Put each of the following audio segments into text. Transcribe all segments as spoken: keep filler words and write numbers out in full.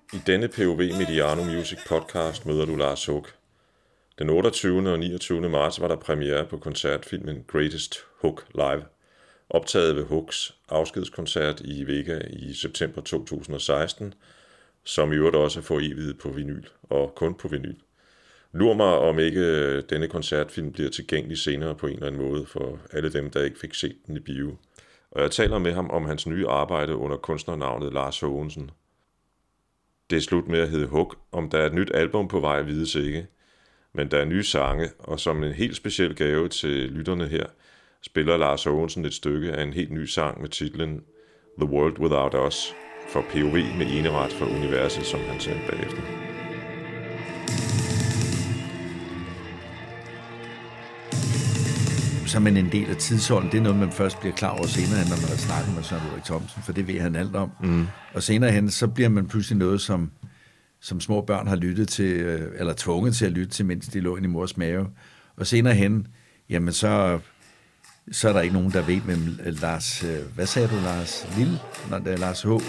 I denne P O V Mediano Music podcast møder du Lars Hug. Den otteogtyvende og niogtyvende marts var der premiere på koncertfilmen Greatest Hug Live, optaget ved Hugs afskedskoncert i Vega i september to tusind og seksten, som i øvrigt også er foreviget på vinyl, og kun på vinyl. Lur mig, om ikke denne koncertfilm bliver tilgængelig senere på en eller anden måde for alle dem, der ikke fik set den i bio. Og jeg taler med ham om hans nye arbejde under kunstnernavnet Lars Haagensen. Det er slut med at hedde Hug. Om der er et nyt album på vej, vides ikke. Men der er nye sange, og som en helt speciel gave til lytterne her, spiller Lars Haagensen et stykke af en helt ny sang med titlen The World Without Us, for P O V med eneret for universet, som han sagde bagefter. Som en del af tidsånden, det er noget, man først bliver klar over senere hen, når man har snakket med Søren Ulrik Thomsen, for det ved han alt om. Mm. Og senere hen, så bliver man pludselig noget, som, som små børn har lyttet til, eller tvunget til at lytte til, mens de lå inde i mors mave. Og senere hen, jamen så, så er der ikke nogen, der ved, men Lars, hvad sagde du, Lars Lille? Nå, det er Lars H. U.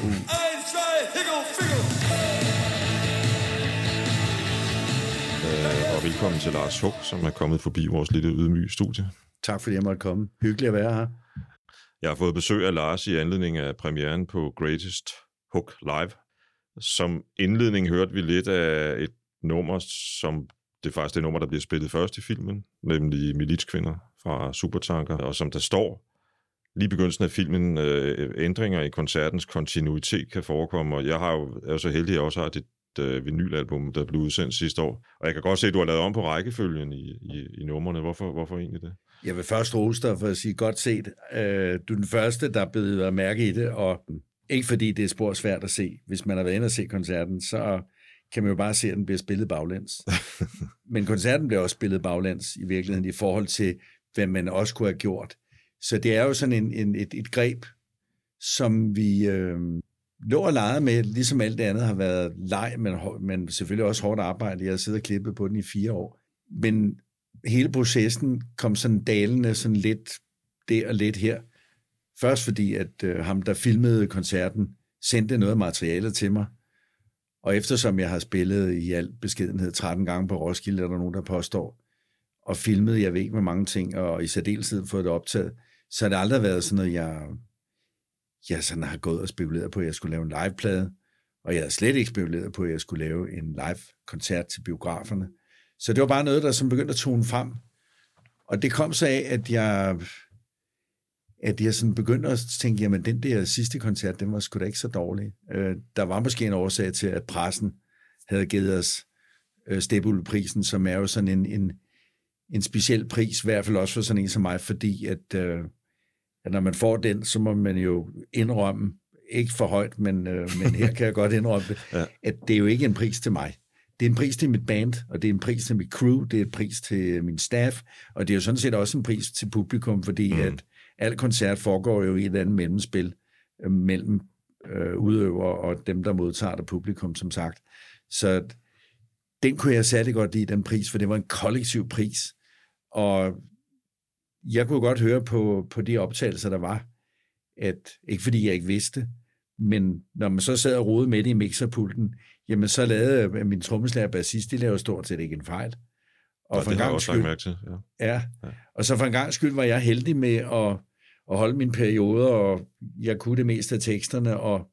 Øh, og velkommen til Lars Hug, som er kommet forbi vores lille ydmyge studie. Tak fordi jeg måtte komme. Hyggeligt at være her. Jeg har fået besøg af Lars i anledning af premieren på Greatest Hug Live. Som indledning hørte vi lidt af et nummer, som det er faktisk det nummer, der bliver spillet først i filmen, nemlig Militskvinder fra Supertanker, og som der står lige i begyndelsen af filmen, øh, ændringer i koncertens kontinuitet kan forekomme, og jeg har jo, er jo så heldig, at jeg også har et øh, vinylalbum, der blev udsendt sidste år, og jeg kan godt se, at du har lavet om på rækkefølgen i, i, i numrene. Hvorfor, hvorfor egentlig det? Jeg vil først rose dig for at sige, godt set. Øh, du er den første, der er blevet mærke i det, og ikke fordi det er spor svært at se. Hvis man har været inde og se koncerten, så kan man jo bare se, at den bliver spillet baglæns. Men koncerten bliver også spillet baglæns i virkeligheden i forhold til, hvad man også kunne have gjort. Så det er jo sådan en, en, et, et greb, som vi øh, lå og legede med, ligesom alt det andet har været leg, men, men selvfølgelig også hårdt arbejde. Jeg har siddet og klippet på den i fire år. Men hele processen kom sådan dalende sådan lidt der og lidt her. Først fordi, at øh, ham, der filmede koncerten, sendte noget materiale til mig. Og eftersom jeg har spillet i al beskedenhed tretten gange på Roskilde, er der nogen, der påstår, og filmet, jeg ved ikke med mange ting, og i særdeleshed fået det optaget, så har det aldrig været sådan noget, jeg, jeg sådan har gået og spekuleret på, at jeg skulle lave en liveplade, og jeg har slet ikke spekuleret på, at jeg skulle lave en live-koncert til biograferne. Så det var bare noget, der som begyndte at tone frem. Og det kom så af, at jeg, at jeg sådan begyndte at tænke, jamen den der sidste koncert, den var sgu da ikke så dårlig. Øh, der var måske en årsag til, at pressen havde givet os øh, Stebulprisen, som er jo sådan en, en, en speciel pris, i hvert fald også for sådan en som mig, fordi at, øh, at når man får den, så må man jo indrømme, ikke for højt, men, øh, men her kan jeg godt indrømme det, ja. At det er jo ikke en pris til mig. Det er en pris til mit band, og det er en pris til mit crew, det er en pris til min staff, og det er jo sådan set også en pris til publikum, fordi mm. at al koncert foregår jo i et andet mellemspil øh, mellem øh, udøver og dem, der modtager det publikum, som sagt. Så den kunne jeg særlig godt lide, den pris, for det var en kollektiv pris. Og jeg kunne godt høre på, på de optagelser, der var, at ikke fordi jeg ikke vidste, men når man så sad og rodede med det i mixerpulten, jamen så lavede min trommeslager bassist, de lavede stort set ikke en fejl. Og ja, for en det har gang jeg også skyld, mærke til. Ja. Ja. ja, og så for en gang skyld var jeg heldig med at, at holde mine perioder, og jeg kunne det meste af teksterne, og,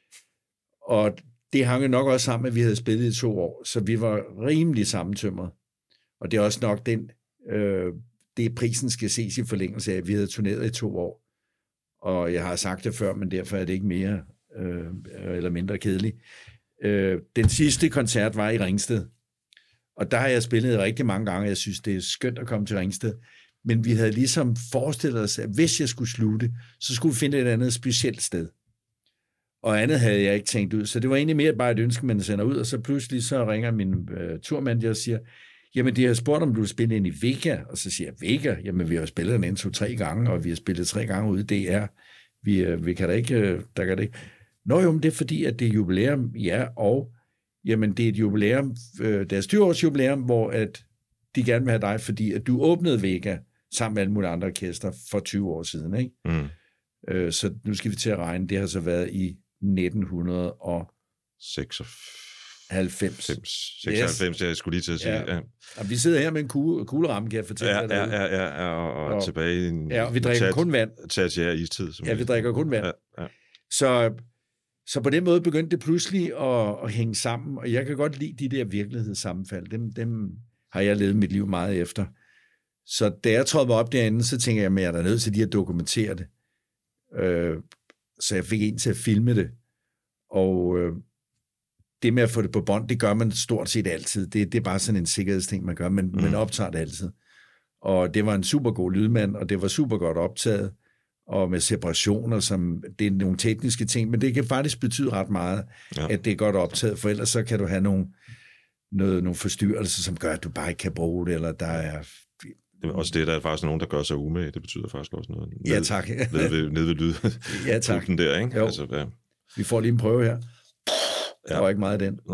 og det hang jo nok også sammen, at vi havde spillet i to år, så vi var rimelig sammentømret. Og det er også nok den, øh, det prisen skal ses i forlængelse af, at vi havde turneret i to år. Og jeg har sagt det før, men derfor er det ikke mere øh, eller mindre kedeligt. Øh, den sidste koncert var i Ringsted, og der har jeg spillet rigtig mange gange, jeg synes, det er skønt at komme til Ringsted, men vi havde ligesom forestillet os, at hvis jeg skulle slutte, så skulle vi finde et andet specielt sted. Og andet havde jeg ikke tænkt ud, så det var egentlig mere bare et ønske, man sender ud, og så pludselig så ringer min øh, turmand og siger, jamen de har spurgt, om du vil spille ind i Vega, og så siger jeg, Vega? Jamen vi har spillet den en, to, tre gange, og vi har spillet tre gange ude i D R. Vi, øh, vi kan da ikke, øh, der kan det ikke. Nå jo, men det er fordi, at det er jubilæum, ja, og jamen det er et jubilæum, øh, deres tyve års jubilæum, hvor at de gerne vil have dig, fordi at du åbnede Vega sammen med alle mulige andre orkester for tyve år siden, ikke? Mm. Øh, så nu skal vi til at regne, det har så været i nitten seksoghalvfems. seksoghalvfems, yes. Jeg skulle lige til at sige. Ja. Ja. Vi sidder her med en kugle, kugleramme, kan jeg fortælle ja, dig. Ja, ja, ja, ja, og, og, og tilbage i en... Ja, og vi drikker tat, kun vand. Tertiær istid. Ja, vi drikker kun vand. Ja, ja. Så, så på den måde begyndte det pludselig at, at hænge sammen, og jeg kan godt lide de der virkelighedssammenfald. Dem, dem har jeg levet mit liv meget efter. Så da jeg trådte op derinde, så tænker jeg, at jeg er der nødt til lige at dokumentere det. Øh, så jeg fik en til at filme det. Og øh, det med at få det på bånd, det gør man stort set altid. Det, det er bare sådan en sikkerhedsting, man gør, men mm. man optager det altid. Og det var en super god lydmand, og det var super godt optaget, og med separationer, som det er nogle tekniske ting, men det kan faktisk betyde ret meget, ja. At det er godt optaget, for ellers så kan du have nogle, noget, nogle forstyrrelser, som gør, at du bare ikke kan bruge det, eller der er... Også det, der er faktisk nogen, der gør sig umage, det betyder faktisk også noget. Ned, ja, tak. Nede ved, nede ved lyd. Ja, tak. Den der, ikke? Jo. Altså, ja. Vi får lige en prøve her. Der ja. Var ikke meget af den.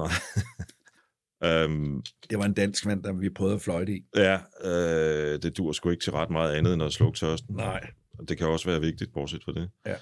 Nej. um, det var en dansk vand, der vi prøvede at fløjte i. Ja, øh, det dur sgu ikke til ret meget andet, end at slukke tørsten. Nej. Det kan også være vigtigt, bortset fra det. Ja.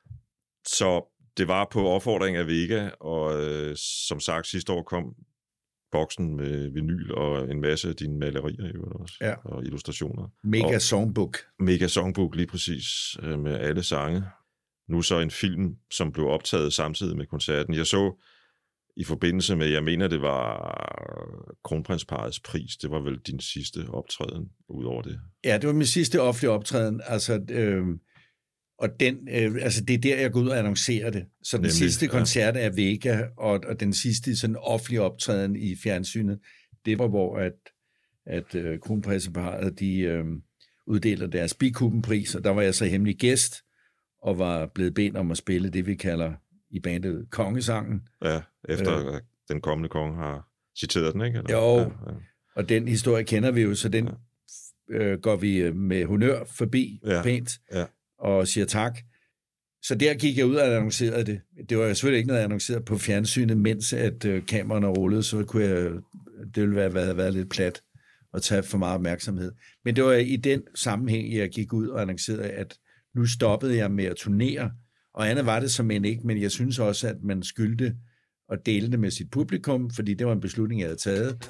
Så det var på opfordring af Vega, og øh, som sagt, sidste år kom boksen med vinyl og en masse af dine malerier i også, ja. Og illustrationer. Mega og songbook. Mega songbook, lige præcis, øh, med alle sange. Nu så en film, som blev optaget samtidig med koncerten. Jeg så i forbindelse med, jeg mener, det var Kronprinsparrets pris, det var vel din sidste optræden ud over det? Ja, det var min sidste offentlige optræden, altså, øh, og den, øh, altså det er der, jeg går ud og annoncerer det. Så den Nemlig, sidste koncert ja. Er Vega, og, og den sidste sådan offentlige optræden i fjernsynet, det var, hvor at, at øh, Kronprinsparret, de øh, uddeler deres Bikuben-pris, og der var jeg så hemmelig gæst, og var blevet bedt om at spille det, vi kalder i bandet kongesangen. Ja, efter øh, den kommende konge har citeret den, ikke? Eller? Jo, ja, ja. Og den historie kender vi jo, så den ja. øh, går vi med honør forbi ja. Pænt ja. Og siger tak. Så der gik jeg ud og annoncerede det. Det var selvfølgelig ikke noget, jeg annoncerede på fjernsynet, mens at øh, kameraerne rullede, så kunne jeg, det ville være, være, være lidt plat og tage for meget opmærksomhed. Men det var i den sammenhæng, jeg gik ud og annoncerede, at nu stoppede jeg med at turnere, og andet var det som end ikke, men jeg synes også, at man skyldte at dele det med sit publikum, fordi det var en beslutning, jeg havde taget.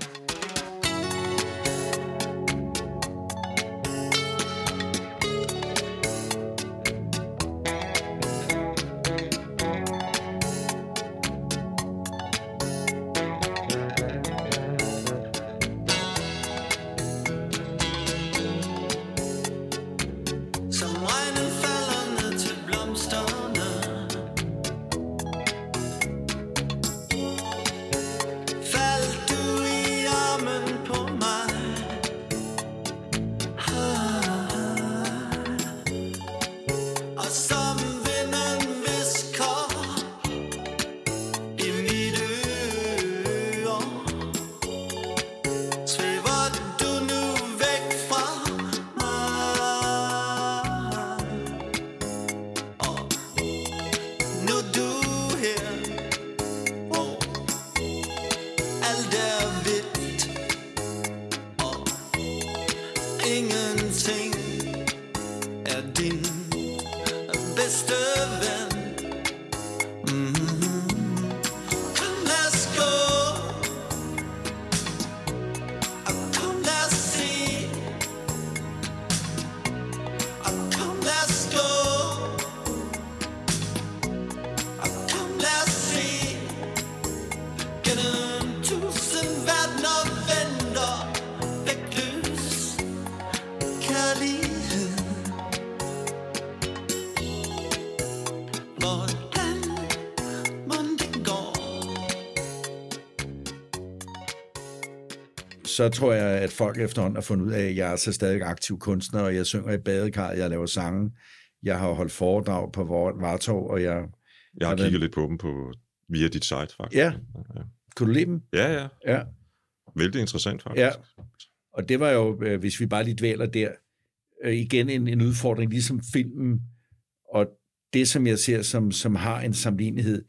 Så tror jeg, at folk efterhånden har fundet ud af, at jeg er så stadig aktiv kunstner, og jeg synger i badekarret, jeg laver sange, jeg har holdt foredrag på Vartov, og jeg... Jeg har kigget lidt på dem på, via dit site, faktisk. Ja. ja. Kunne du lide dem? Ja, ja. ja. Vældig interessant, faktisk. Ja, og det var jo, hvis vi bare lige dvæler der, igen en, en udfordring, ligesom filmen, og det, som jeg ser, som, som har en sammenlignelighed,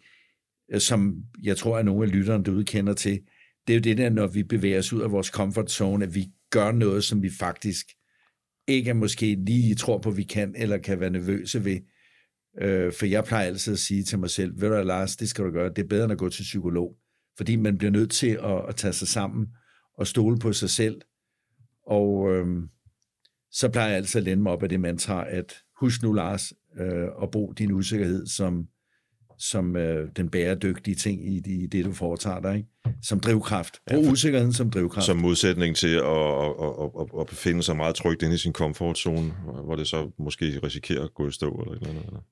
som jeg tror, at nogle af lytterne derude kender til, det er jo det der, når vi bevæger os ud af vores comfort zone, at vi gør noget, som vi faktisk ikke måske lige tror på, vi kan, eller kan være nervøse ved. Øh, for jeg plejer altid at sige til mig selv, ved du hvad, Lars, det skal du gøre, det er bedre end at gå til psykolog. Fordi man bliver nødt til at, at tage sig sammen og stole på sig selv. Og øh, så plejer jeg altid at lænde mig op af det mantra, at husk nu, Lars, øh, at bruge din usikkerhed som, som øh, den bæredygtige ting i, i det, du foretager dig, ikke? Som drivkraft. Brug ja, usikkerheden som drivkraft. Som modsætning til at, at, at, at, at befinde sig meget trygt inde i sin komfortzone, hvor det så måske risikerer at gå i stå eller et eller andet. Eller?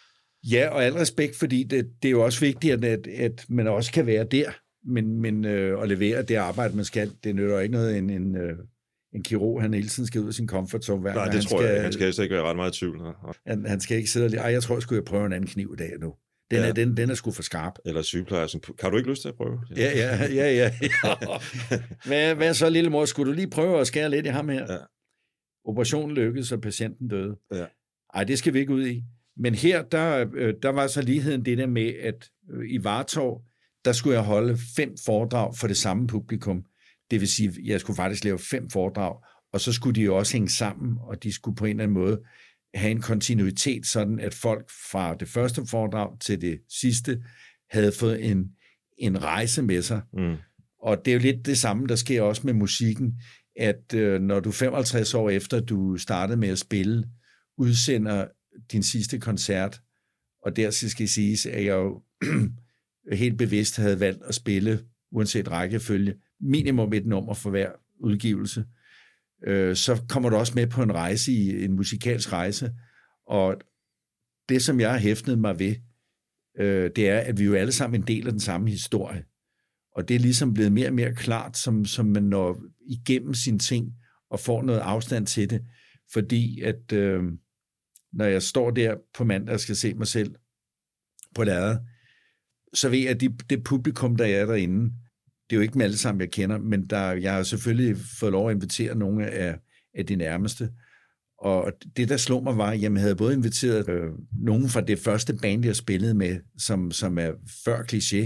Ja, og al respekt, fordi det, det er jo også vigtigt, at, at man også kan være der, men, men øh, at levere det arbejde, man skal. Det nytter ikke noget, en, en, øh, en kirurg, han hele tiden skal ud af sin comfort zone. Nej, det han tror skal, jeg. Han skal helst ikke være ret meget i tvivl. Han, han skal ikke sidde og... Ej, jeg tror, jeg skulle prøve en anden kniv i dag nu. Den, ja. er, den, den er sgu for skarp. Eller sygeplejersken. Kan du ikke lyst til at prøve? Ja, ja, ja. ja, ja. Hvad, hvad så, lille mor? Skulle du lige prøve at skære lidt i ham her? Ja. Operationen lykkedes, og patienten døde. Ja. Ej, det skal vi ikke ud i. Men her, der, der var så ligheden det der med, at i Vartov, der skulle jeg holde fem foredrag for det samme publikum. Det vil sige, at jeg skulle faktisk lave fem foredrag, og så skulle de jo også hænge sammen, og de skulle på en eller anden måde have en kontinuitet, sådan at folk fra det første foredrag til det sidste havde fået en, en rejse med sig. Mm. Og det er jo lidt det samme, der sker også med musikken, at øh, når du femoghalvtreds år efter, du startede med at spille, udsender din sidste koncert, og der skal siges, at jeg jo helt bevidst havde valgt at spille, uanset rækkefølge, minimum et nummer for hver udgivelse, øh, så kommer du også med på en rejse, i en musikalsk rejse, og det, som jeg har hæftet mig ved, øh, det er, at vi jo alle sammen en del af den samme historie, og det er ligesom blevet mere og mere klart, som, som man når igennem sine ting, og får noget afstand til det, fordi at øh, når jeg står der på mandag og skal se mig selv på lærredet, så ved jeg, at de, det publikum, der er derinde, det er jo ikke dem alle sammen, jeg kender, men der, jeg har selvfølgelig fået lov at invitere nogle af, af de nærmeste. Og det, der slog mig, var, at jeg havde både inviteret øh, nogen fra det første band, jeg spillede med, som, som er før kliché,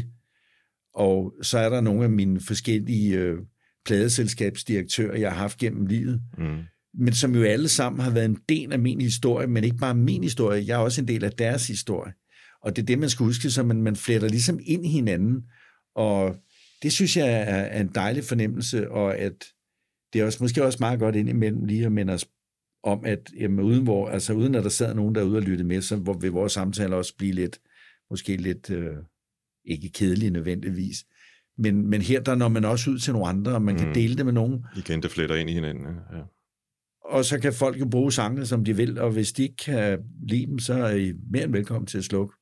og så er der nogle af mine forskellige øh, pladeselskabsdirektører, jeg har haft gennem livet, mm. men som jo alle sammen har været en del af min historie, men ikke bare min historie, jeg er også en del af deres historie. Og det er det, man skal huske, så man, man fletter ligesom ind i hinanden, og det synes jeg er, er en dejlig fornemmelse, og at det er også, måske også meget godt indimellem lige at minde os om, at jamen, uden, hvor, altså, uden at der sad nogen derude og lyttede med, så vil vores samtaler også blive lidt, måske lidt, øh, ikke kedelige nødvendigvis, men, men her der når man også ud til nogle andre, og man mm. kan dele det med nogen. Igen, det fletter ind i hinanden, ja. Og så kan folk jo bruge sangene, som de vil, og hvis de ikke kan lide dem, så er I mere end velkommen til at slukke.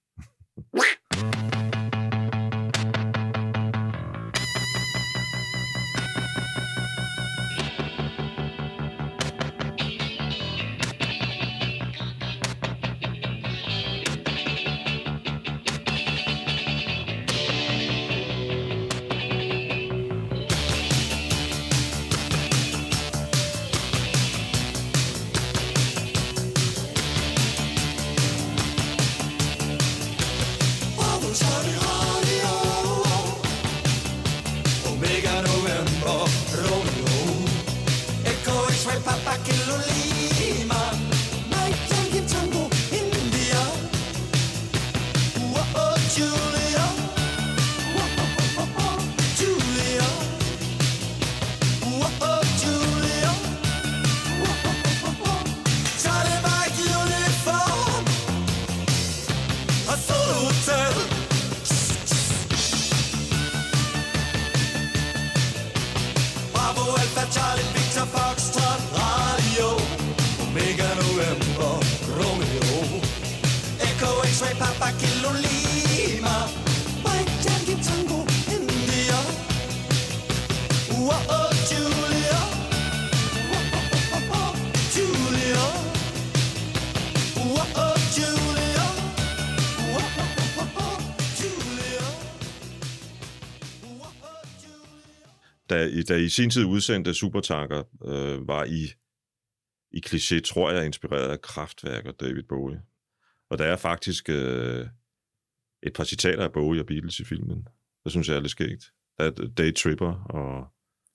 Da I, da I sin tid udsendte Supertanker, øh, var I i kliché, tror jeg, inspireret af Kraftwerk og David Bowie. Og der er faktisk øh, et par citater af Bowie og Beatles i filmen. Det synes jeg er lidt skægt. Der er Day Tripper og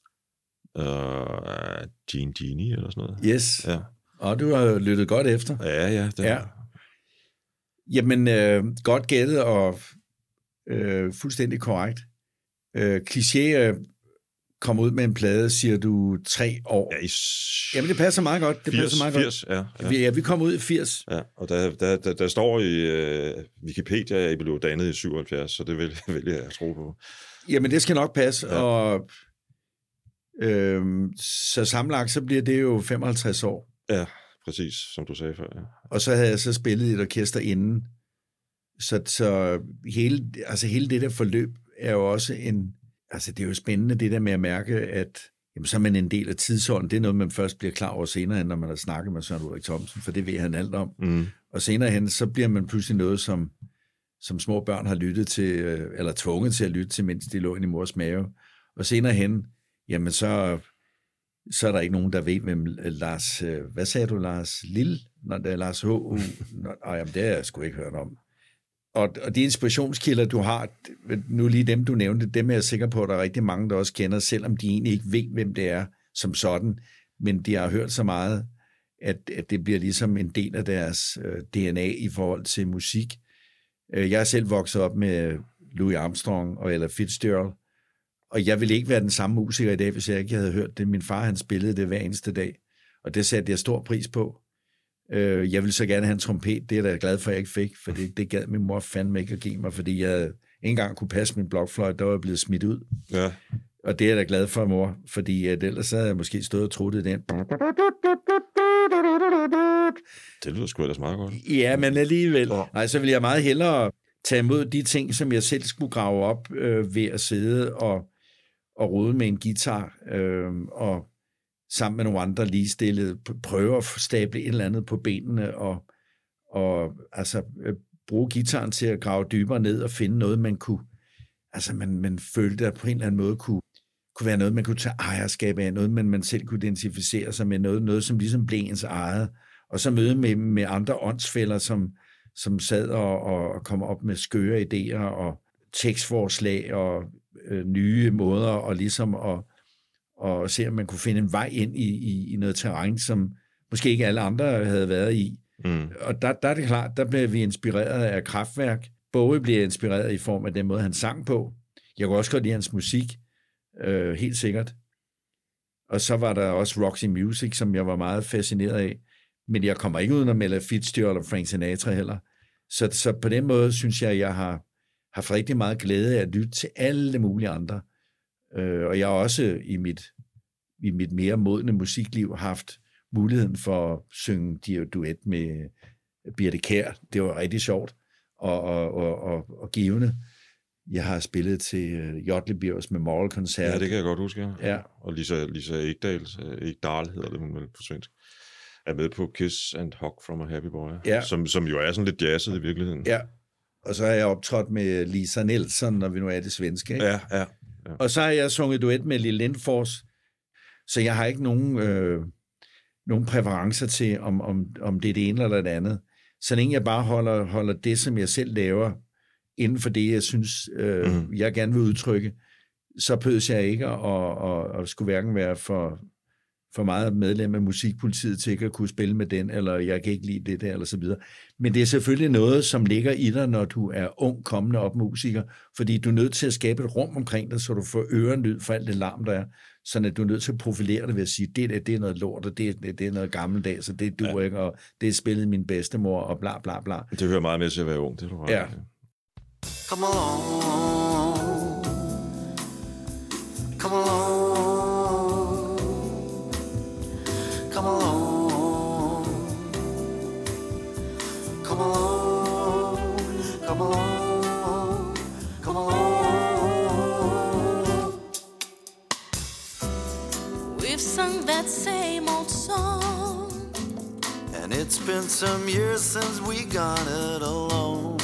øh, Gene Genie eller sådan noget. Yes. Ja. Og du har lyttet godt efter. Ja, ja. Det ja. Jamen, øh, godt gættet og øh, fuldstændig korrekt. Øh, Kliché øh, kom ud med en plade, siger du, tre år. Ja, i Jamen, det passer meget godt. Det firs, passer meget firs, godt. Ja, ja. Vi, ja, vi kom ud i firs. Ja, og der, der, der, der står i øh, Wikipedia, at I blev dannet i syvoghalvfjerds, så det vil, vil jeg tro på. Jamen, det skal nok passe, ja. og øh, så sammenlagt, så bliver det jo femoghalvtreds år. Ja, præcis, som du sagde før. Ja. Og så havde jeg så spillet i et orkester inden. Så, så hele, altså hele det der forløb er jo også en... Altså, det er jo spændende, det der med at mærke, at jamen, så er man en del af tidsånden. Det er noget, man først bliver klar over senere hen, når man har snakket med Søren Ulrik Thomsen, for det ved han alt om. Mm. Og senere hen, så bliver man pludselig noget, som, som små børn har lyttet til, eller tvunget til at lytte til, mens de lå inde i mors mave. Og senere hen, jamen så, så er der ikke nogen, der ved, hvem Lars... Hvad sagde du, Lars Lille? Når det er Lars H. U. Nå, jamen, det har jeg sgu ikke hørt om. Og, og de inspirationskilder, du har, nu lige dem, du nævnte, dem er jeg sikker på, at der er rigtig mange, der også kender, selvom de egentlig ikke ved, hvem det er som sådan, men de har hørt så meget, at, at det bliver ligesom en del af deres øh, D N A i forhold til musik. Jeg er selv vokset op med Louis Armstrong og Ella Fitzgerald, og jeg ville ikke være den samme musiker i dag, hvis jeg ikke havde hørt det. Min far, han spillede det hver eneste dag, og det satte jeg stor pris på. Jeg ville så gerne have en trompet, det er jeg glad for, at jeg ikke fik, for det, det gad min mor fandme ikke at give mig, fordi jeg ikke engang kunne passe min blokfløjte, der var jeg blevet smidt ud. Ja. Og det er jeg da glad for, mor, fordi at ellers havde jeg måske stået og truttet den. Det lyder sgu ellers meget godt. Ja, men alligevel. Ja. Nej, så ville jeg meget hellere tage imod de ting, som jeg selv skulle grave op øh, ved at sidde og, og rode med en guitar, øh, og sammen med nogle andre ligestillede, prøve at stable et eller andet på benene, og, og altså, bruge gitaren til at grave dybere ned og finde noget, man kunne, altså man, man følte, at på en eller anden måde kunne, kunne være noget, man kunne tage ejerskab af, noget, man, man selv kunne identificere sig med, noget, noget som ligesom blev ens eget, og så møde med, med andre åndsfælder, som, som sad og, og, og kom op med skøre idéer, og tekstforslag, og øh, nye måder, og ligesom at og se, om man kunne finde en vej ind i, i, i noget terræn, som måske ikke alle andre havde været i. Mm. Og der, der er det klart, der blev vi inspireret af Kraftwerk. Bowie blev inspireret i form af den måde, han sang på. Jeg kunne også godt lide hans musik, øh, helt sikkert. Og så var der også Roxy Music, som jeg var meget fascineret af. Men jeg kommer ikke uden at Ella Fitzgerald og Frank Sinatra heller. Så, så på den måde synes jeg, at jeg har haft rigtig meget glæde af at lytte til alle mulige andre. Og jeg har også i mit, i mit mere modne musikliv haft muligheden for at synge duet med Birthe Kjær. Det var rigtig sjovt og, og, og, og, og givende. Jeg har spillet til Jotlebjørns Memorial-koncert. Ja, det kan jeg godt huske. Ja. Ja. Og Lisa, Lisa Ekdals, Ekdal hedder det vel på svensk, er med på Kiss and Hug from a Happy Boy, ja. som, som jo er sådan lidt jazzet i virkeligheden. Ja, og så har jeg optrådt med Lisa Nielsen, når vi nu er det svenske. Ikke? Ja, ja. Ja. Og så har jeg sunget duet med Lille Lindfors, så jeg har ikke nogen, øh, nogen præferencer til, om, om, om det er det ene eller det andet. Så længe jeg bare holder, holder det, som jeg selv laver, inden for det, jeg synes, øh, mm. jeg gerne vil udtrykke, så pødes jeg ikke at, at, at skulle hverken være for, for meget medlem af musikpolitiet til ikke at kunne spille med den, eller jeg kan ikke lide det der, eller så videre. Men det er selvfølgelig noget, som ligger i dig, når du er ung, kommende op musiker, fordi du er nødt til at skabe et rum omkring dig, så du får ørenlyd for alt det larm, der er, sådan at du er nødt til at profilere det ved at sige, det, det, det er noget lort, og det, det, det er noget gammeldags, så det duer ja. ikke, og det er spillet min bedstemor, og bla bla bla. Det hører meget med til at være ung, det er du ret. Ja. Come on, come on. Come along, come along, come along, come along. We've sung that same old song, and it's been some years since we got it alone.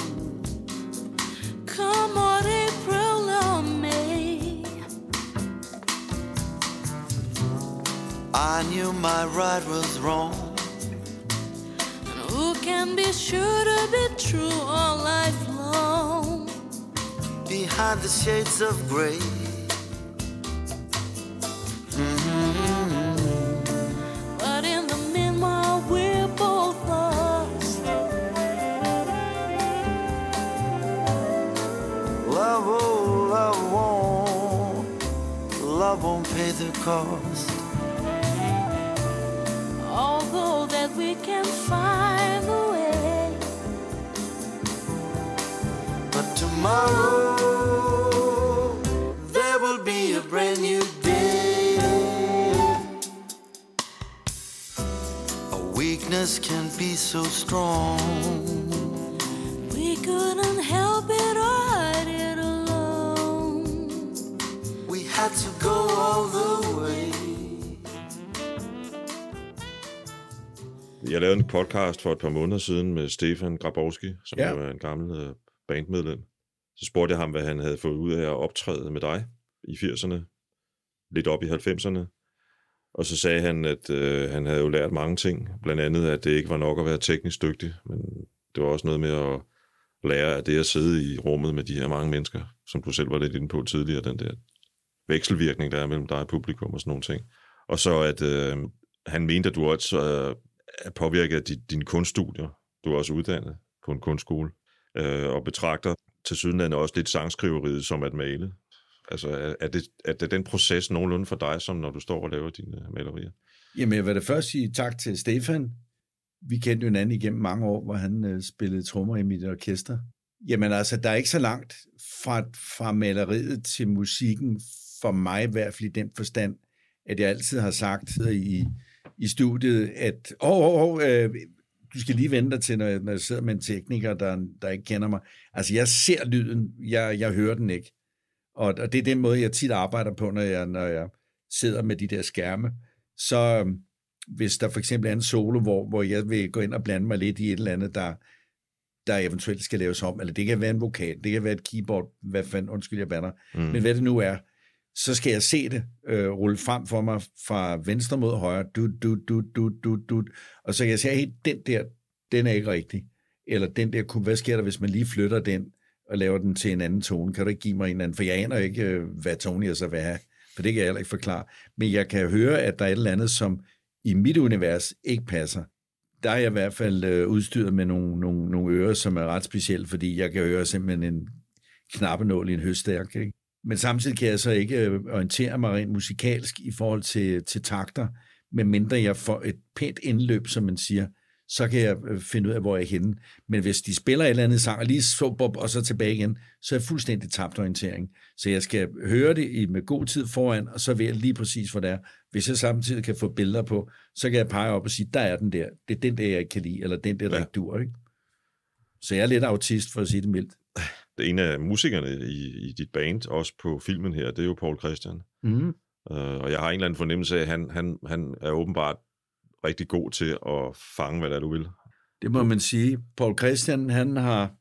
Come on, April or May, I knew my right was wrong. And who can be sure to be true all life long? Behind the shades of gray, mm-hmm. But in the meanwhile we're both lost. cost. Although that we can find a way, but tomorrow there will be a brand new day. A weakness can be so strong, we couldn't help it or hide it alone. We had to go all the way. Jeg lavede en podcast for et par måneder siden med Stefan Grabowski, som Ja. jo er en gammel uh, bandmedlem. Så spurgte jeg ham, hvad han havde fået ud af at optræde med dig i firserne, lidt op i halvfemserne. Og så sagde han, at øh, han havde jo lært mange ting. Blandt andet, at det ikke var nok at være teknisk dygtig, men det var også noget med at lære af det at sidde i rummet med de her mange mennesker, som du selv var lidt inde på tidligere, den der vekselvirkning, der er mellem dig og publikum og sådan nogle ting. Og så at øh, han mente, at du også øh, er påvirket af din, dine kunststudier. Du er også uddannet på en kunstskole, øh, og betragter til sydenlandet også lidt sangskriveriet som at male. Altså, er, er, det, er det den proces nogenlunde for dig, som når du står og laver dine malerier? Jamen, jeg vil da først sige tak til Stefan. Vi kendte jo hinanden igennem mange år, hvor han øh, spillede trommer i mit orkester. Jamen altså, der er ikke så langt fra, fra maleriet til musikken, for mig i hvert fald i den forstand, at jeg altid har sagt i, i studiet, at åh, åh, åh, øh, du skal lige vente dig til, når jeg, når jeg sidder med en tekniker, der, der ikke kender mig. Altså, jeg ser lyden, jeg, jeg hører den ikke. Og, og det er den måde, jeg tit arbejder på, når jeg, når jeg sidder med de der skærme. Så hvis der for eksempel er en solo, hvor, hvor jeg vil gå ind og blande mig lidt i et eller andet, der, der eventuelt skal laves om, eller det kan være en vokal, det kan være et keyboard, hvad fanden, undskyld, jeg bander, mm. men hvad det nu er, så skal jeg se det øh, rulle frem for mig fra venstre mod højre, du, du, du, du, du, du, og så kan jeg sige, hey, den der, den er ikke rigtig, eller den der, hvad sker der, hvis man lige flytter den, og laver den til en anden tone, kan du ikke give mig en anden, for jeg aner ikke, øh, hvad tone jeg så vil have, for det kan jeg heller ikke forklare, men jeg kan høre, at der er et eller andet, som i mit univers ikke passer. Der er jeg i hvert fald øh, udstyret med nogle, nogle, nogle ører, som er ret specielle, fordi jeg kan høre simpelthen en knappenål i en høstærk, ikke? Men samtidig kan jeg så ikke øh, orientere mig rent musikalsk i forhold til, til takter, medmindre jeg får et pænt indløb, som man siger, så kan jeg øh, finde ud af, hvor jeg er henne. Men hvis de spiller et eller andet sang, og lige så bob, og så tilbage igen, så er jeg fuldstændig tabt orientering. Så jeg skal høre det i, med god tid foran, og så ved jeg lige præcis, hvor det er. Hvis jeg samtidig kan få billeder på, så kan jeg pege op og sige, der er den der. Det er den der, jeg ikke kan lide, eller den der, der ja. ikke dur, ikke? Så jeg er lidt autist, for at sige det mildt. Det er en af musikerne i, i dit band, også på filmen her, det er jo Paul Christian. Mm. Uh, og jeg har en eller anden fornemmelse af, at han, han, han er åbenbart rigtig god til at fange, hvad der du vil. Det må man sige. Paul Christian, han har,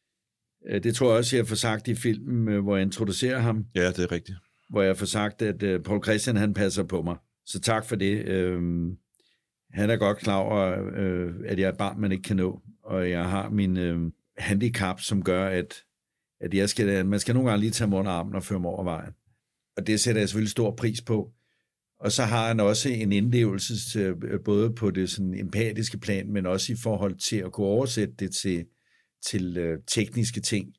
det tror jeg også, jeg får sagt i filmen, hvor jeg introducerer ham. Ja, det er rigtigt. Hvor jeg får sagt, at Paul Christian, han passer på mig. Så tak for det. Øhm, han er godt klar over, øh, at jeg er et barn, man ikke kan nå. Og jeg har min øh, handicap, som gør, at, at jeg skal, man skal nogle gange lige tage mig under armen og føre mig over vejen. Og det sætter jeg selvfølgelig stor pris på. Og så har han også en indlevelse både på det sådan empatiske plan, men også i forhold til at kunne oversætte det til, til uh, tekniske ting.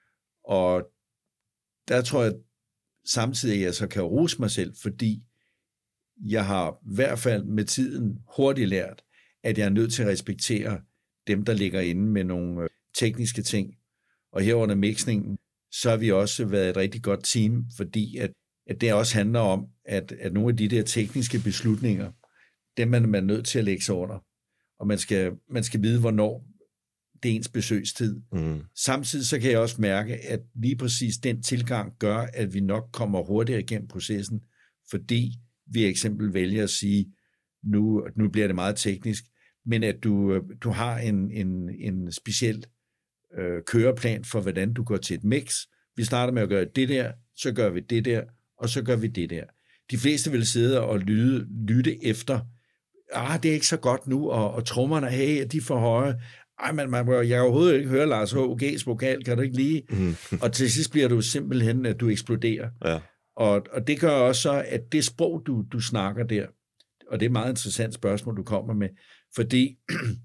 Og der tror jeg samtidig, at jeg så kan rose mig selv, fordi jeg har i hvert fald med tiden hurtigt lært, at jeg er nødt til at respektere dem, der ligger inde med nogle uh, tekniske ting. Og her under mixningen, så har vi også været et rigtig godt team, fordi at at det også handler om, at, at nogle af de der tekniske beslutninger, dem man, man er nødt til at lægge sig under. Og man skal, man skal vide, hvornår det er ens besøgstid. Mm. Samtidig så kan jeg også mærke, at lige præcis den tilgang gør, at vi nok kommer hurtigere igennem processen, fordi vi eksempel vælger at sige, nu, nu bliver det meget teknisk, men at du, du har en, en, en speciel øh, køreplan for, hvordan du går til et mix. Vi starter med at gøre det der, så gør vi det der, og så gør vi det der. De fleste vil sidde og lyde, lytte efter, ah, det er ikke så godt nu, og, og trommerne, hey, de er for høje. Ej, man, man, jeg kan overhovedet ikke høre Lars H G's vokal, kan du ikke lide? Mm. Og til sidst bliver du simpelthen, at du eksploderer. Ja. Og, og det gør også så, at det sprog, du, du snakker der, og det er et meget interessant spørgsmål, du kommer med, fordi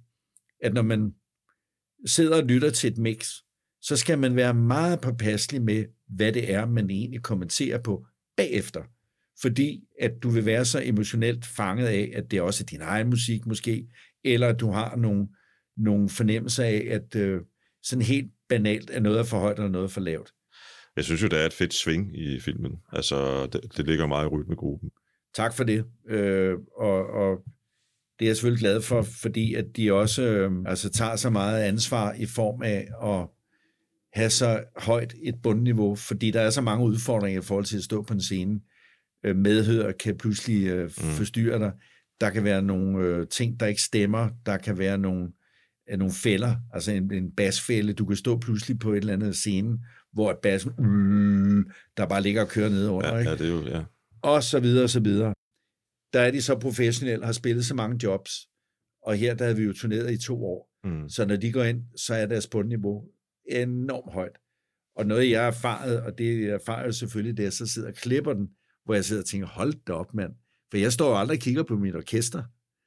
at når man sidder og lytter til et mix, så skal man være meget påpasselig med, hvad det er, man egentlig kommenterer på bagefter. fordi at du vil være så emotionelt fanget af, at det også er din egen musik måske, eller at du har nogle, nogle fornemmelser af, at øh, sådan helt banalt er noget for højt eller noget for lavt. Jeg synes jo, der er et fedt sving i filmen. Altså, det, det ligger meget i rytmegruppen. Tak for det. Øh, og, og det er jeg selvfølgelig glad for, fordi at de også øh, altså tager så meget ansvar i form af at have så højt et bundniveau, fordi der er så mange udfordringer i forhold til at stå på en scene. Øh, medhør kan pludselig øh, mm. forstyrre dig. Der kan være nogle øh, ting, der ikke stemmer. Der kan være nogle, øh, nogle fælder, altså en, en basfælde. Du kan stå pludselig på et eller andet scene, hvor et bassen, øh, der bare ligger og kører ned under. Ja, ikke? ja, det er jo, ja. Og så videre, og så videre. Der er de så professionelle, har spillet så mange jobs, og her der havde vi jo turneret i to år. Mm. Så når de går ind, så er deres bundniveau enormt højt. Og noget, jeg har erfaret, og det jeg erfarer jo selvfølgelig, det er, så sidder og klipper den, hvor jeg sidder og tænker, hold da op, mand. For jeg står jo aldrig og kigger på mit orkester.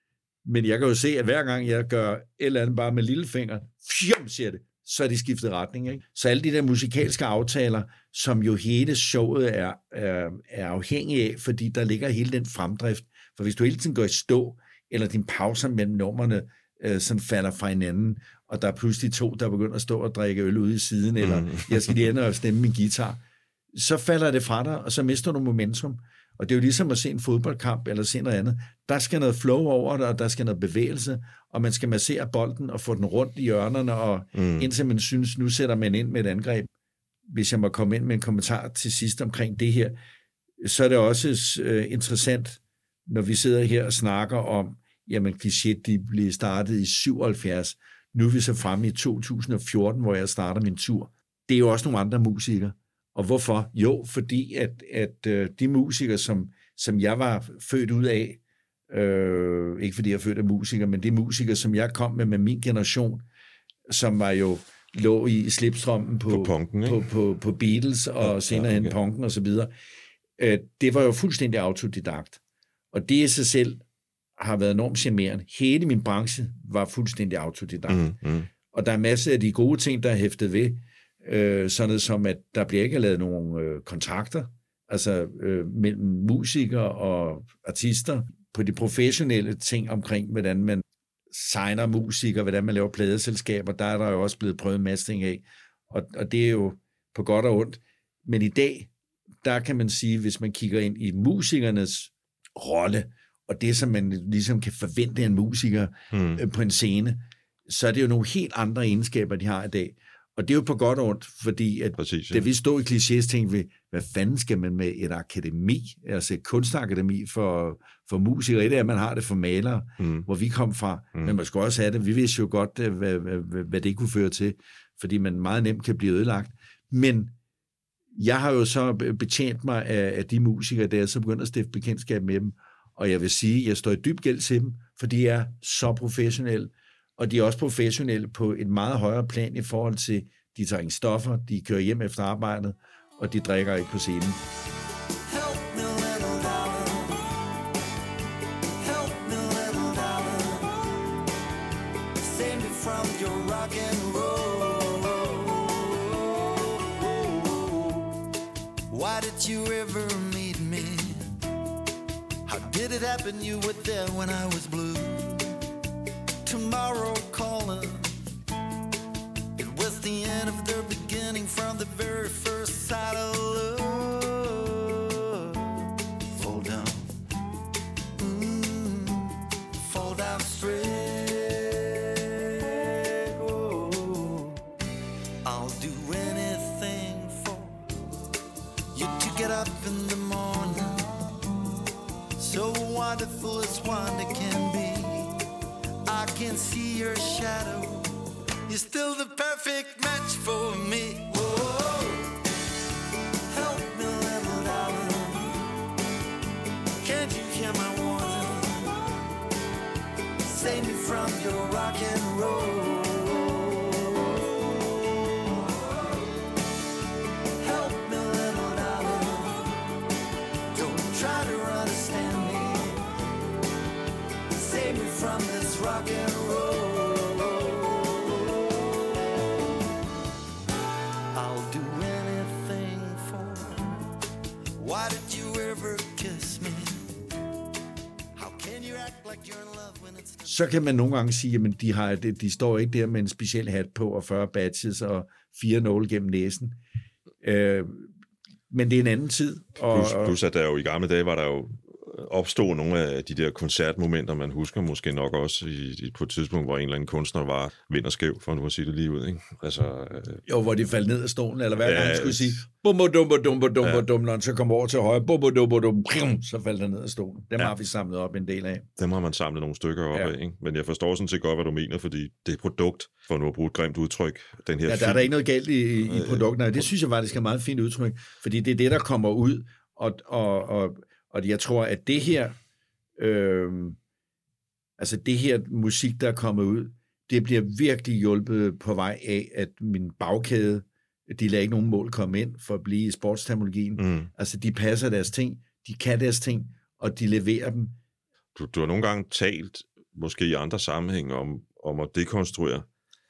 Men jeg kan jo se, at hver gang jeg gør et eller andet bare med lillefinger, fjum, siger det, så er de skiftet retning. Ikke? Så alle de der musikalske aftaler, som jo hele showet er, er, er afhængig af, fordi der ligger hele den fremdrift. For hvis du hele tiden går i stå, eller din pauser mellem numrene øh, sådan falder fra hinanden, og der er pludselig to, der begynder at stå og drikke øl ude i siden, eller mm. jeg skal lige ind og stemme min guitar, så falder det fra dig, og så mister du momentum. Og det er jo ligesom at se en fodboldkamp, eller se noget andet. Der skal noget flow over det, og der skal noget bevægelse, og man skal massere bolden og få den rundt i hjørnerne, og mm. indtil man synes, nu sætter man ind med et angreb. Hvis jeg må komme ind med en kommentar til sidst omkring det her, så er det også øh, interessant, når vi sidder her og snakker om, jamen Kliché, de blev startet i syvoghalvfjerds. Nu er vi så fremme i to tusind og fjorten, hvor jeg starter min tur. Det er jo også nogle andre musikere. Og hvorfor? Jo, fordi at, at øh, de musikere, som, som jeg var født ud af, øh, ikke fordi jeg er født af musikere, men de musikere, som jeg kom med med min generation, som var jo lå i slipstrømmen på, på, punken, på, på, på Beatles og ja, senere hen ja, okay. punken og så videre. Øh, det var jo fuldstændig autodidakt. Og det i sig selv har været enormt charmerende. Hele min branche var fuldstændig autodidakt. Mm, mm. Og der er masser af de gode ting, der er hæftet ved. Øh, sådan noget som, at der bliver ikke lavet nogle øh, kontrakter, altså øh, mellem musikere og artister, på de professionelle ting omkring, hvordan man signer musikere, hvordan man laver pladeselskaber, der er der jo også blevet prøvet en masse ting af, og, og det er jo på godt og ondt. Men i dag, der kan man sige, hvis man kigger ind i musikernes rolle, og det, som man ligesom kan forvente af en musiker hmm. øh, på en scene, så er det jo nogle helt andre egenskaber, de har i dag. Og det er jo på godt og ondt, fordi at Præcis, ja. da vi stod i Kliché, tænkte vi, hvad fanden skal man med et akademi, altså et kunstakademi for, for musikere? Et af, at man har det for malere, mm. hvor vi kom fra, mm. men man skulle også have det. Vi vidste jo godt, hvad, hvad, hvad det kunne føre til, fordi man meget nemt kan blive ødelagt. Men jeg har jo så betjent mig af, af de musikere, der så begyndte at stifte bekendtskab med dem, og jeg vil sige, at jeg står i dyb gæld til dem, for de er så professionelle, og de er også professionelle på et meget højere plan i forhold til, de tager ingen stoffer, de kører hjem efter arbejdet, og de drikker ikke på scenen. Why did you ever meet me? How did it happen you were there when I was blue? Tomorrow calling. It was the end of their beginning from the very first sight of love. Fall down, mm, fall down straight. Oh, I'll do anything for you to get up in the morning. So wonderful as wonder can be. I can see your shadow. You're still the perfect match for me. Whoa. Help me, little darling. Can't you hear my warning? Save me from your rock and roll. Help me, little darling. Don't try to understand me. Save me from this rock and roll. I'll do anything for. Why did you ever kiss så kan man nogle gange sige, at de, har, de, de står ikke der med en speciel hat på og fyrre badges og fire nåle gennem næsen. Øh, men det er en anden tid. Og, plus, plus at der jo i gamle dage var der jo opstod nogle af de der koncertmomenter, man husker måske nok også i, i, på et tidspunkt, hvor en eller anden kunstner var vind og skæv, for nu at sige det lige ud, ikke? Altså, øh... Jo, hvor de faldt ned af stolen, eller hvad ja, han skulle sige, bum bum dum bum bum bum bum, når han så kom over til højre, bum bum dum bum, så faldt han ned af stolen. Dem ja. har vi samlet op en del af. Dem har man samlet nogle stykker op ja. af, ikke? Men jeg forstår sådan set godt, hvad du mener, fordi det er produkt, for nu at bruge et grimt udtryk, den her ja, der er der ikke noget galt i, i produkterne, og det synes jeg faktisk er et meget fint udtryk, fordi det er det, der kommer ud, og, og, og, og jeg tror, at det her Øhm, altså det her musik, der er kommet ud, det bliver virkelig hjulpet på vej af, at min bagkæde, de lader ikke nogen mål komme ind for at blive i sportsterminologien. Mm. Altså de passer deres ting, de kan deres ting, og de leverer dem. Du, du har nogle gange talt, måske i andre sammenhænge, om, om at dekonstruere,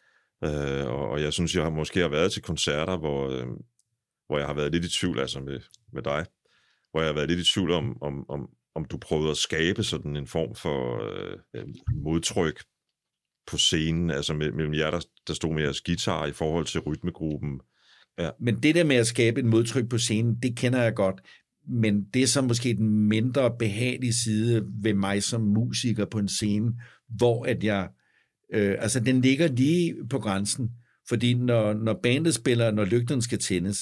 øh, og, og jeg synes, jeg har måske har været til koncerter, hvor, øh, hvor jeg har været lidt i tvivl, altså med, med dig, hvor jeg har været lidt i tvivl om, om, om om du prøvede at skabe sådan en form for øh, modtryk på scenen, altså mellem jer, der, der stod med jeres guitar i forhold til rytmegruppen. Ja. Men det der med at skabe et modtryk på scenen, det kender jeg godt, men det er så måske den mindre behagelige side ved mig som musiker på en scene, hvor at jeg, øh, altså den ligger lige på grænsen, fordi når, når bandet spiller, når lygterne skal tændes,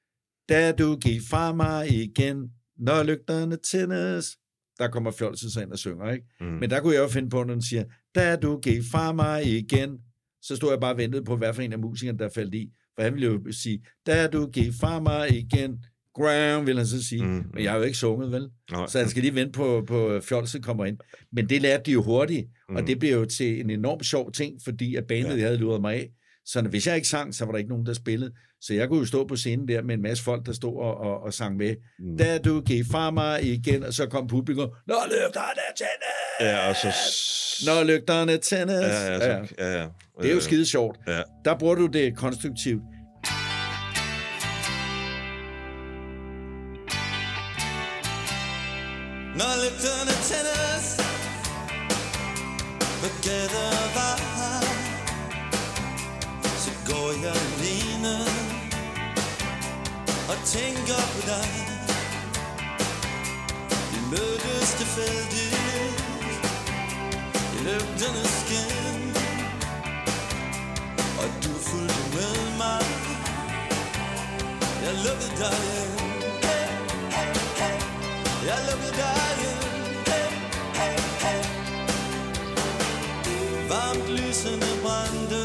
da du gik fra mig igen, når lygterne tændes, der kommer Fjolset sig ind og synger, ikke? Mm. Men der kunne jeg jo finde på, når den siger, da du gik fra mig igen, så stod jeg bare og ventede på, hvad for en af musikerne, der faldt i. For han ville jo sige, da du gik fra mig igen, ground, vil han så sige. Mm. Men jeg har jo ikke sunget, vel? Nej. Så han skal lige vente på, på Fjolset kommer ind. Men det lærte de jo hurtigt, mm. og det blev jo til en enormt sjov ting, fordi at bandet ja. havde luret mig af. Så hvis jeg ikke sang, så var der ikke nogen, der spillede. Så jeg kunne jo stå på scenen der med en masse folk, der stod og, og, og sang med. Mm. Da du gik fra mig igen, og så kom publikum. Når lygterne tændes! Ja, og så... Når lygterne tændes! Ja, ja, så, ja, ja. Det er jo skide sjovt. Ja. Der bruger du det konstruktivt. Når lygterne tændes, begætter dig, så går jeg alene og tænker på dig. Vi mødtes tilfældigt i lygternes skin, og du fulgte med mig. Jeg lukkede dig ind, jeg lukkede dig ind. Varmt lysende brændte,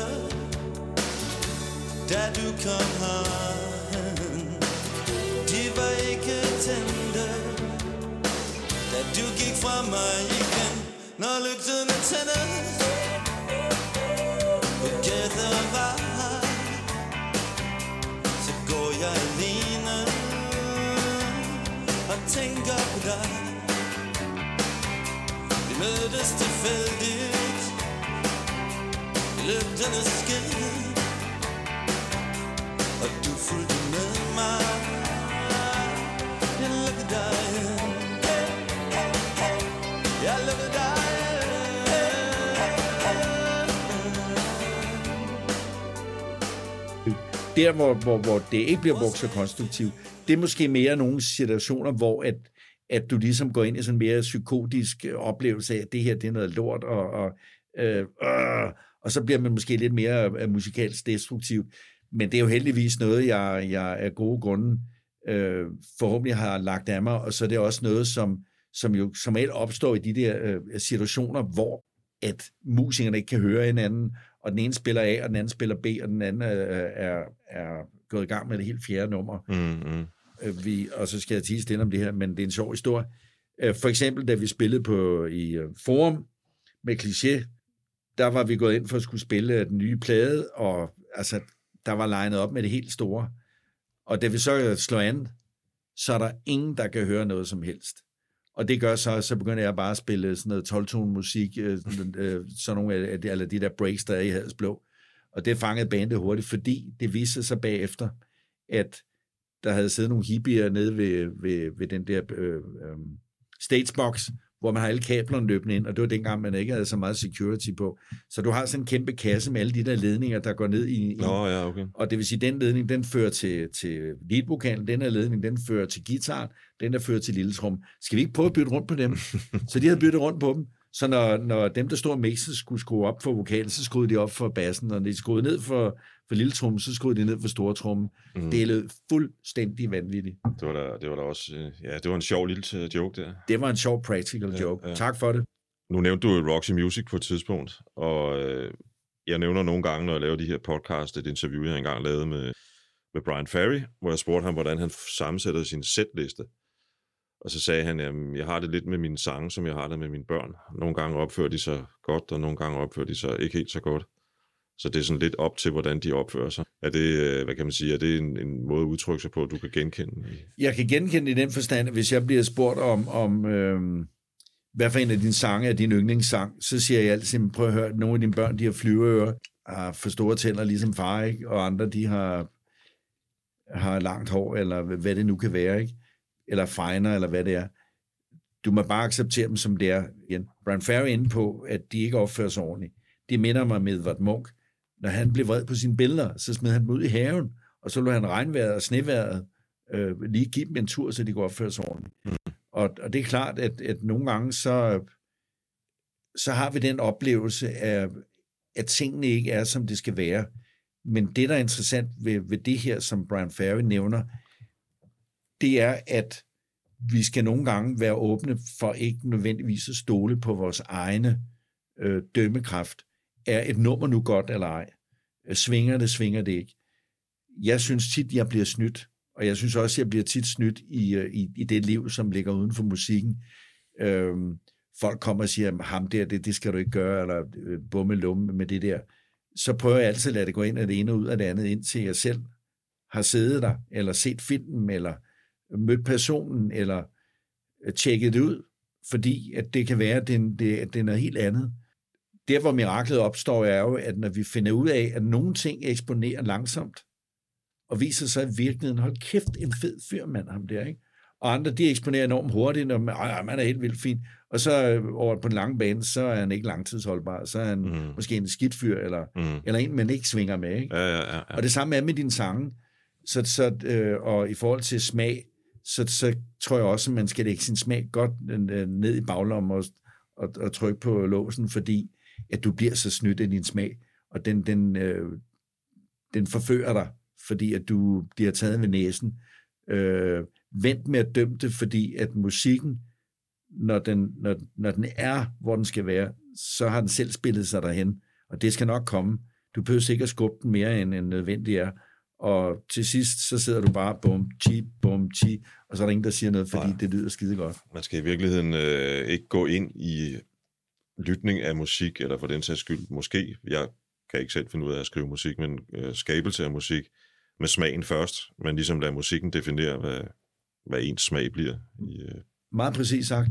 da du kom herhen. De var ikke tændte, da du gik fra mig igen. Når lygterne tændes, begætter vej, så går jeg alene og tænker på dig. Vi mødtes tilfældigt i lygternes skin, og du fulgte med mig. Jeg lukkede dig ind, jeg lukkede dig ind. Der, hvor, hvor, hvor det ikke bliver brugt så konstruktivt, det er måske mere nogle situationer, hvor at, at du ligesom går ind i sådan en mere psykotisk oplevelse af, at det her det er noget lort, og, og, øh, øh, og så bliver man måske lidt mere øh, musikalsk destruktiv. Men det er jo heldigvis noget, jeg, jeg af gode grunde øh, forhåbentlig har lagt af mig, og så er det også noget, som, som jo som regel opstår i de der øh, situationer, hvor at musikerne ikke kan høre hinanden, og den ene spiller A, og den anden spiller B, og den anden er, er, er gået i gang med det helt fjerde nummer. Mm-hmm. Øh, vi, og så skal jeg tige stille om det her, men det er en sjov historie. Øh, for eksempel, da vi spillede på i uh, Forum med Kliché, der var vi gået ind for at skulle spille den nye plade, og altså, der var legnet op med det helt store. Og da vi så slår an, så er der ingen, der kan høre noget som helst. Og det gør så, så begynder jeg bare at spille sådan noget tolv-tone musik, øh, øh, sådan nogle af de, eller de der breaks, der er i Hadersblå. Og det fangede bandet hurtigt, fordi det viste sig bagefter, at der havde siddet nogle hippier nede ved, ved, ved den der øh, øh, stagebox, hvor man har alle kablerne løbende ind, og det var dengang, man ikke havde så meget security på. Så du har sådan en kæmpe kasse med alle de der ledninger, der går ned i... i Nå, ja, okay. Og det vil sige, den ledning, den fører til, til leadvokalen, den her ledning, den fører til guitaren, den der fører til lilletrum. Skal vi ikke prøve at bytte rundt på dem? Så de havde byttet rundt på dem. Så når, når dem, der stod og mixede, skulle skrue op for vokalen, så skruede de op for bassen, og når de skruede ned for, for lilletrum, så skruede de ned for stortrummen. Mm. Det lød fuldstændig vanvittigt. Det var da, det var da også, ja, det var en sjov lille joke der. Det var en sjov practical ja, joke. Ja. Tak for det. Nu nævnte du Roxy Music på et tidspunkt, og øh, jeg nævner nogle gange, når jeg laver de her podcast, et interview, jeg engang lavede med, med Brian Ferry, hvor jeg spurgte ham, hvordan han sammensætter sin setliste. Og så sagde han, at jeg har det lidt med mine sange, som jeg har det med mine børn. Nogle gange opfører de sig godt, og nogle gange opfører de sig ikke helt så godt. Så det er sådan lidt op til, hvordan de opfører sig. Er det, hvad kan man sige, er det en, en måde at udtrykke sig på, at du kan genkende? Jeg kan genkende i den forstand, at hvis jeg bliver spurgt om, om øh, hvad for en af dine sange er din yndlingssang, så siger jeg altid, prøv at høre, nogle af dine børn, de har flyveører, har for store tænder ligesom far, ikke? Og andre, de har, har langt hår, eller hvad det nu kan være, ikke? Eller finer, eller hvad det er. Du må bare acceptere dem, som det er. Igen. Brian Ferry er inde på, at de ikke opfører sig ordentligt. Det minder mig med Edvard Munch. Når han blev vred på sine billeder, så smed han dem ud i haven, og så lå han regnvejret og sneværet øh, lige give dem en tur, så de kunne opføre sig ordentligt. Mm. Og, og det er klart, at, at nogle gange, så, så har vi den oplevelse af, at tingene ikke er, som det skal være. Men det, der er interessant ved, ved det her, som Brian Ferry nævner, det er, at vi skal nogle gange være åbne for ikke nødvendigvis at stole på vores egne øh, dømmekraft. Er et nummer nu godt eller ej? Svinger det, svinger det ikke? Jeg synes tit, jeg bliver snydt, og jeg synes også, jeg bliver tit snydt i, i, i det liv, som ligger uden for musikken. Øhm, folk kommer og siger, ham der, det, det skal du ikke gøre, eller øh, bumme lumme med det der. Så prøver jeg altid at lade det gå ind af det ene og ud af det andet, indtil jeg selv har siddet der, eller set filmen, eller mødt personen, eller tjekket det ud, fordi at det kan være, at den, det, at den er helt andet. Der, hvor miraklet opstår, er jo, at når vi finder ud af, at nogle ting eksponerer langsomt, og viser sig i virkeligheden, hold kæft, en fed fyr, mand, ham der, ikke? Og andre, de eksponerer enormt hurtigt, og man, man er helt vildt fin. Og så over på den lange bane, så er han ikke langtidsholdbar. Så er han mm. måske en skidt fyr, eller, mm. eller en, man ikke svinger med, ikke? Ja, ja, ja, ja. Og det samme er med dine sange. Så, så, øh, og i forhold til smag, så, så tror jeg også, at man skal lægge sin smag godt øh, ned i baglommen og, og, og trykke på låsen, fordi at du bliver så snydt af din smag, og den, den, øh, den forfører dig, fordi at du bliver taget ved næsen. Øh, vent med at dømme det, fordi at musikken, når den, når, når den er, hvor den skal være, så har den selv spillet sig derhen, og det skal nok komme. Du behøver sikkert skubbe den mere, end, end nødvendigt er. Og til sidst, så sidder du bare bum, chi, bum, chi, og så er der ingen, der siger noget, fordi Nej. det lyder skide godt. Man skal i virkeligheden øh, ikke gå ind i lytning af musik, eller for den sags skyld, måske, jeg kan ikke selv finde ud af at skrive musik, men øh, skabelse af musik med smagen først, men ligesom lade musikken definere, hvad, hvad ens smag bliver. I, øh... Meget præcis sagt.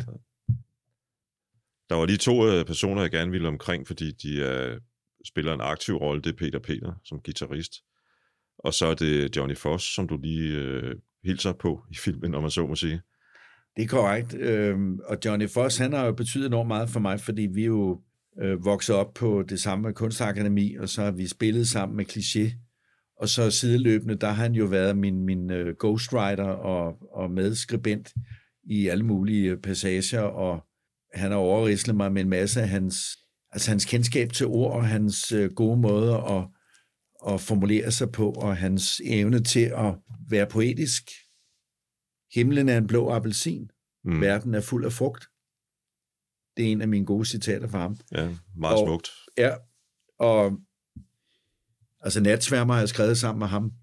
Der var lige to øh, personer, jeg gerne ville omkring, fordi de øh, spiller en aktiv rolle. Det er Peter Peter som guitarist, og så er det Johnny Foss, som du lige øh, hilser på i filmen, når man så må sige. Det er korrekt, øhm, og Johnny Foss, han har jo betydet enormt meget for mig, fordi vi jo øh, voksede op på det samme kunstakademi, og så har vi spillet sammen med Kliché, og så sideløbende, der har han jo været min, min uh, ghostwriter og, og medskribent i alle mulige passager, og han har overrislet mig med en masse af hans, altså hans kendskab til ord, og hans uh, gode måder at, at formulere sig på, og hans evne til at være poetisk. Himlen er en blå appelsin. Mm. Verden er fuld af frugt. Det er en af mine gode citater fra ham. Ja, meget og, smukt. Ja, og altså Natsværmer har jeg skrevet sammen med ham.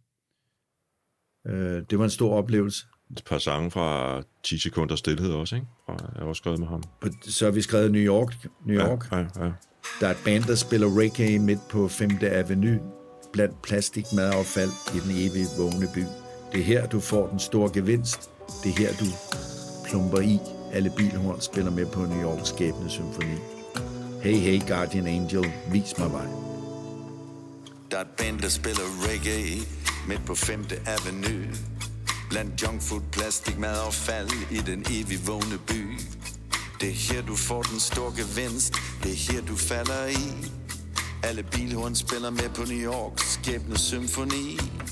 Øh, det var en stor oplevelse. Et par sange fra ti sekunder stilhed også, ikke? Fra, jeg har også skrevet med ham. Så har vi skrevet New York. New York. Ja, ja, ja. Der er et band, der spiller reggae midt på femte Avenue, blandt plastikmadaffald i den evige vågne by. Det er her, du får den store gevinst. Det er her, du plumper i. Alle bilhorn spiller med på New Yorks skæbne symfoni. Hey, hey, Guardian Angel, vis mig vej. Der er et band, der spiller reggae midt på femte Avenue. Blandt junkfood, plastik, madaffald i den evige vågne by. Det er her, du får den store gevinst. Det er her, du falder i. Alle bilhorn spiller med på New Yorks skæbne symfoni.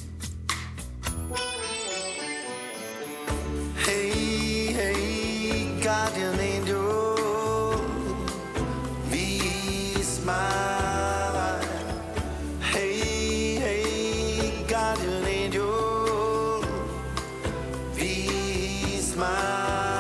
Hey, hey, guardian angel, vis mig. Hey, hey, guardian angel, vis mig.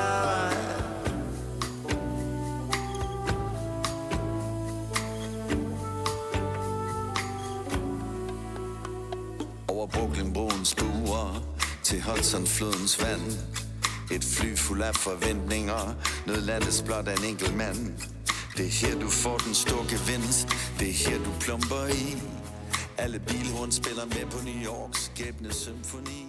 Over Brooklyn-broens buer til Hudson-flodens vand. Et fly fuld af forventninger, nødlandes blot af en enkelt mand. Det er her, du får den store gevinst. Det er her, du plumper i. Alle bilhorn spiller med på New Yorks skæbne symfoni.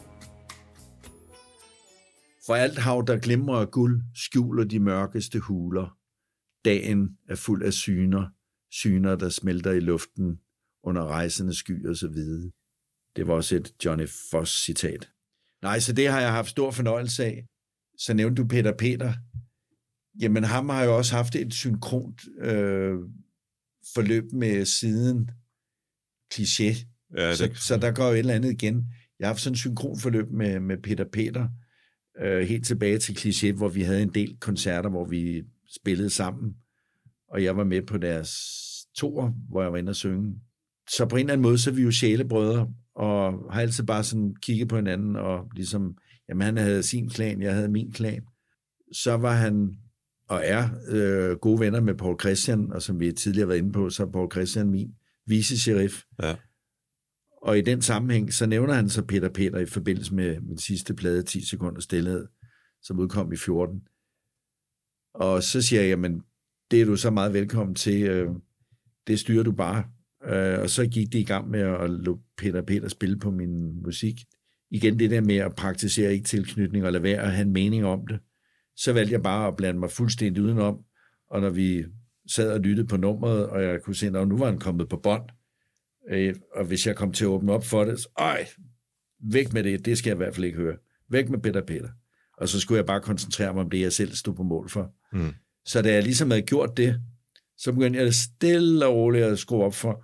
For alt hav, der glimrer af guld, skjuler de mørkeste huler. Dagen er fuld af syner, syner, der smelter i luften under rejsende skyer så hvide. Det var også et Johnny Foss-citat. Nej, så det har jeg haft stor fornøjelse af. Så nævnte du Peter Peter. Jamen, ham har jo også haft et synkront øh, forløb med siden Kliché. Ja, det... så, så der går jo et eller andet igen. Jeg har haft sådan et synkront forløb med, med Peter Peter, øh, helt tilbage til Kliché, hvor vi havde en del koncerter, hvor vi spillede sammen. Og jeg var med på deres tour, hvor jeg var inde og synge. Så på en eller anden måde, så er vi jo sjælebrødre, og har altid bare sådan kigget på hinanden, og ligesom, jamen han havde sin klan, jeg havde min klan. Så var han, og er, øh, gode venner med Paul Christian, og som vi tidligere har været inde på, så er Paul Christian min vice-sheriff. Ja. Og i den sammenhæng, så nævner han så Peter Peter i forbindelse med min sidste plade, ti sekunder stilhed, som udkom i fjorten. Og så siger jeg, jamen, det er du så meget velkommen til, øh, det styrer du bare. Uh, og så gik det i gang med at lade Peter Peter spille på min musik. Igen det der med at praktisere ikke tilknytning og lade være at have en mening om det. Så valgte jeg bare at blande mig fuldstændig udenom. Og når vi sad og lyttede på nummeret, og jeg kunne se, at nu var han kommet på bånd. Uh, og hvis jeg kom til at åbne op for det, så ej, væk med det, det skal jeg i hvert fald ikke høre. Væk med Peter Peter. Og så skulle jeg bare koncentrere mig om det, jeg selv stod på mål for. Mm. Så da jeg ligesom havde gjort det, så begyndte jeg stille og roligt at skrue op for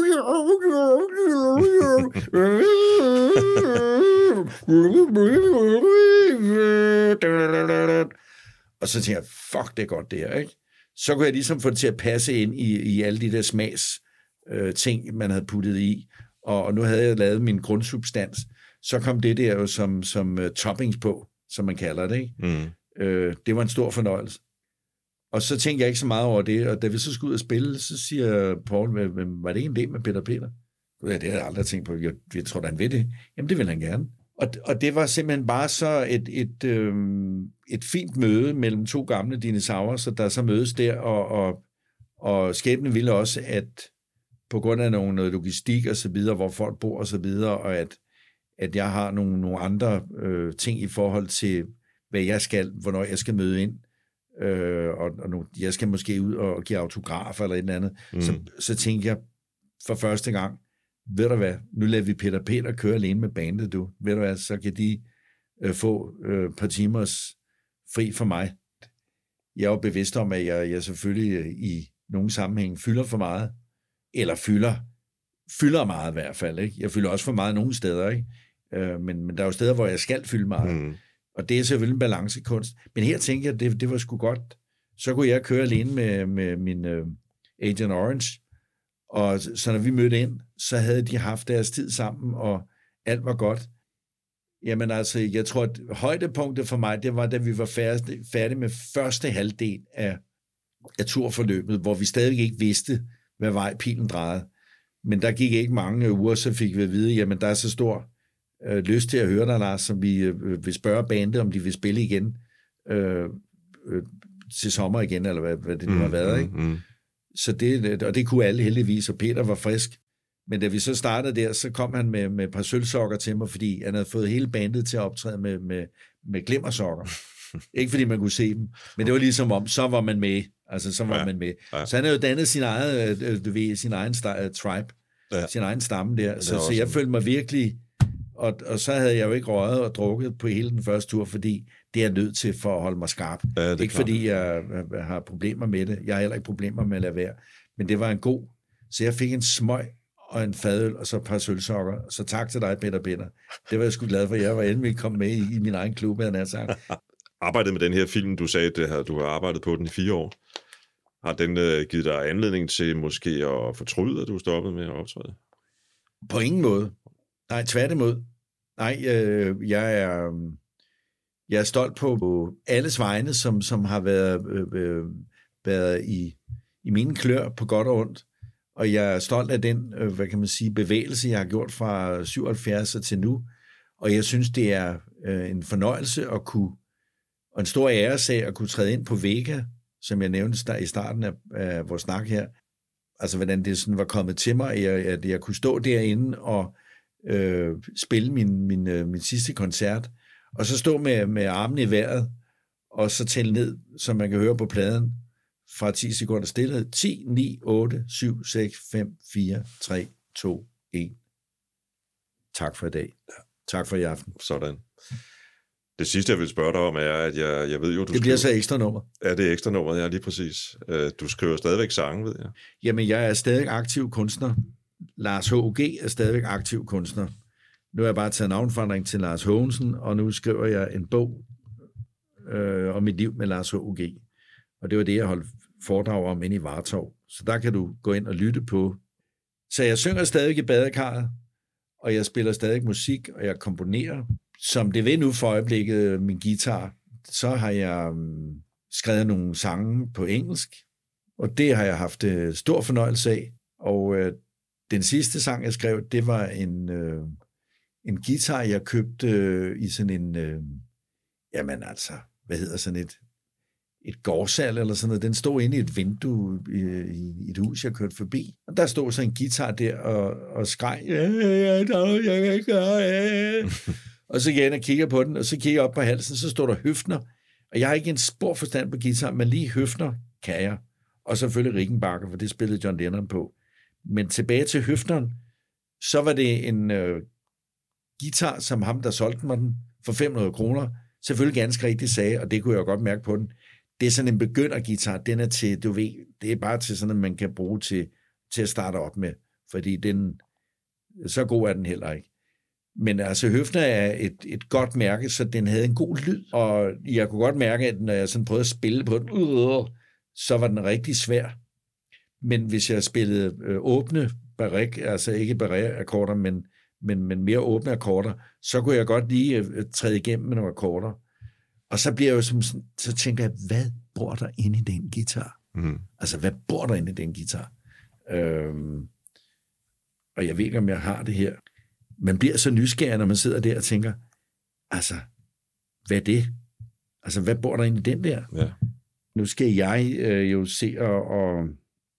og så tænkte jeg, fuck, det er godt det her, ikke? Så kunne jeg ligesom få det til at passe ind i, i alle de der smags øh, ting, man havde puttet i, og, og nu havde jeg lavet min grundsubstans, så kom det der jo som, som uh, toppings på, som man kalder det, ikke? Mm. Øh, det var en stor fornøjelse. Og så tænkte jeg ikke så meget over det, og da vi så skulle ud og spille, så siger Paul, var det en idé med Peter Peter? Ja, det havde jeg aldrig tænkt på. Jeg, jeg tror, at han ved det. Jamen, det vil han gerne. Og, og det var simpelthen bare så et, et, øh, et fint møde mellem to gamle dinosaurer, så der så mødes der, og, og, og skæbnen ville også, at på grund af nogle, noget logistik og så videre, hvor folk bor og så videre, og at, at jeg har nogle, nogle andre øh, ting i forhold til, hvad jeg skal, hvornår jeg skal møde ind, Øh, og, og nu, jeg skal måske ud og give autografer eller et eller andet, mm. så, så tænkte jeg for første gang, ved du hvad, nu lader vi Peter Peter køre alene med bandet, du. Ved du hvad, så kan de øh, få øh, et par timers fri for mig. Jeg er jo bevidst om, at jeg, jeg selvfølgelig øh, i nogle sammenhæng fylder for meget, eller fylder, fylder meget i hvert fald, ikke? Jeg fylder også for meget nogle steder, ikke? Øh, men, men der er jo steder, hvor jeg skal fylde meget. Mm. Og det er selvfølgelig en balancekunst. Men her tænker jeg, at det, det var sgu godt. Så kunne jeg køre alene med, med min uh, Agent Orange. Og så når vi mødte ind, så havde de haft deres tid sammen, og alt var godt. Jamen altså, jeg tror, at højdepunktet for mig, det var, da vi var færdige, færdige med første halvdel af, af turforløbet, hvor vi stadig ikke vidste, hvad vej pilen drejede. Men der gik ikke mange uger, så fik vi at vide, jamen der er så stor øh, lyst til at høre dig, Lars, som vi øh, vil spørge bandet, om de vil spille igen øh, øh, til sommer igen, eller hvad, hvad det nu har været, ikke? Mm, mm. Så det, og det kunne alle heldigvis, og Peter var frisk. Men da vi så startede der, så kom han med, med et par sølvsokker til mig, fordi han havde fået hele bandet til at optræde med, med, med glimmersokker. Ikke fordi man kunne se dem, men det var ligesom om, så var man med. Altså, så var ja, man med. Ja. Så han havde jo dannet sin egen, du ved, sin egen sta- tribe, ja. sin egen stamme der. Så, så jeg følte mig virkelig, Og, og så havde jeg jo ikke røget og drukket på hele den første tur, fordi det er jeg nødt til for at holde mig skarp. Ja, ikke klart. fordi jeg, jeg har problemer med det. Jeg har heller ikke problemer med at lade være. Men det var en god. Så jeg fik en smøg og en fadøl, og så et par sølvsokker. Så tak til dig, Peter Binder. Det var jeg sgu glad for. Jeg var endelig kommet med i, i min egen klub, havde jeg sagt. Arbejdet med den her film, du sagde, det her, du har arbejdet på den i fire år. Har den øh, givet dig anledning til måske at fortryde, at du stoppede med at optræde? På ingen måde. Nej, tværtimod. Nej, øh, jeg er jeg er stolt på alles vegne, som, som har været, øh, været i, i mine klør på godt og ondt. Og jeg er stolt af den, øh, hvad kan man sige, bevægelse, jeg har gjort fra syvoghalvfjerds til nu. Og jeg synes, det er øh, en fornøjelse at kunne, og en stor æresag at kunne træde ind på Vega, som jeg nævnte i starten af, af vores snak her. Altså, hvordan det sådan var kommet til mig, at jeg, at jeg kunne stå derinde og øh, spille min, min, øh, min sidste koncert, og så stå med, med armene i vejret, og så tælle ned, som man kan høre på pladen, fra ti sekunder stillhed. ti, ni, otte, syv, seks, fem, fire, tre, to, et. Tak for i dag. Tak for i aften. Sådan. Det sidste, jeg vil spørge dig om, er, at jeg, jeg ved jo, du Det bliver skriver... så ekstra nummer. Ja, det er ekstra nummer, ja, lige præcis. Du skriver stadigvæk sange, ved jeg. Jamen, jeg er stadig aktiv kunstner. Lars H G er stadigvæk aktiv kunstner. Nu har jeg bare taget navnforandring til Lars Hågensen, og nu skriver jeg en bog øh, om mit liv med Lars H G. Og det var det, jeg holdt foredrag om inde i Vartov. Så der kan du gå ind og lytte på. Så jeg synger stadig i badekarret, og jeg spiller stadig musik, og jeg komponerer. Som det ved nu for øjeblikket, min guitar, så har jeg um, skrevet nogle sange på engelsk, og det har jeg haft uh, stor fornøjelse af. Og uh, den sidste sang, jeg skrev, det var en, uh, en guitar, jeg købte uh, i sådan en, uh, jamen altså, hvad hedder sådan et, et gårdsal eller sådan noget. Den stod inde i et vindue i, i et hus, jeg kørte forbi. Og der stod så en guitar der og, og skreg, ja, ja, jeg kan ikke gøre det. Og så gik jeg ind og kigger på den, og så kigger jeg op på halsen, så står der Høfner. Og jeg har ikke en spor forstand på guitar, men lige Høfner kan jeg. Og selvfølgelig Rickenbacker, for det spillede John Lennon på. Men tilbage til Høfneren, så var det en øh, guitar, som ham, der solgte mig den, for fem hundrede kroner, selvfølgelig ganske rigtigt sagde, og det kunne jeg godt mærke på den. Det er sådan en begynderguitar, den er til, du ved, det er bare til sådan, at man kan bruge til, til at starte op med, fordi den, så god er den heller ikke. Men altså, Høfner er et, et godt mærke, så den havde en god lyd, og jeg kunne godt mærke, at når jeg sådan prøvede at spille på den, øh, så var den rigtig svær. Men hvis jeg spillede øh, åbne barrik, altså ikke barré-akkorder, men, men, men mere åbne akkorder, så kunne jeg godt lige øh, træde igennem med nogle akkorder. Og så bliver jeg jo som sådan, så tænker jeg, hvad bor der inde i den guitar? Mm. Altså, hvad bor der inde i den guitar? Øhm, og jeg ved ikke, om jeg har det her. Man bliver så nysgerrig, når man sidder der og tænker, altså, hvad er det? Altså, hvad bor der inde i den der? Ja. Nu skal jeg øh, jo se og, og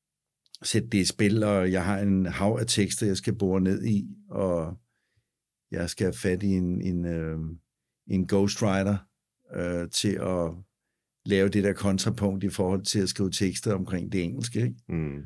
sætte det i spil, og jeg har en hav af tekster, jeg skal bore ned i, og jeg skal have fat i en, en, øh, en ghostwriter øh, til at lave det der kontrapunkt i forhold til at skrive tekster omkring det engelske, ikke? Mm.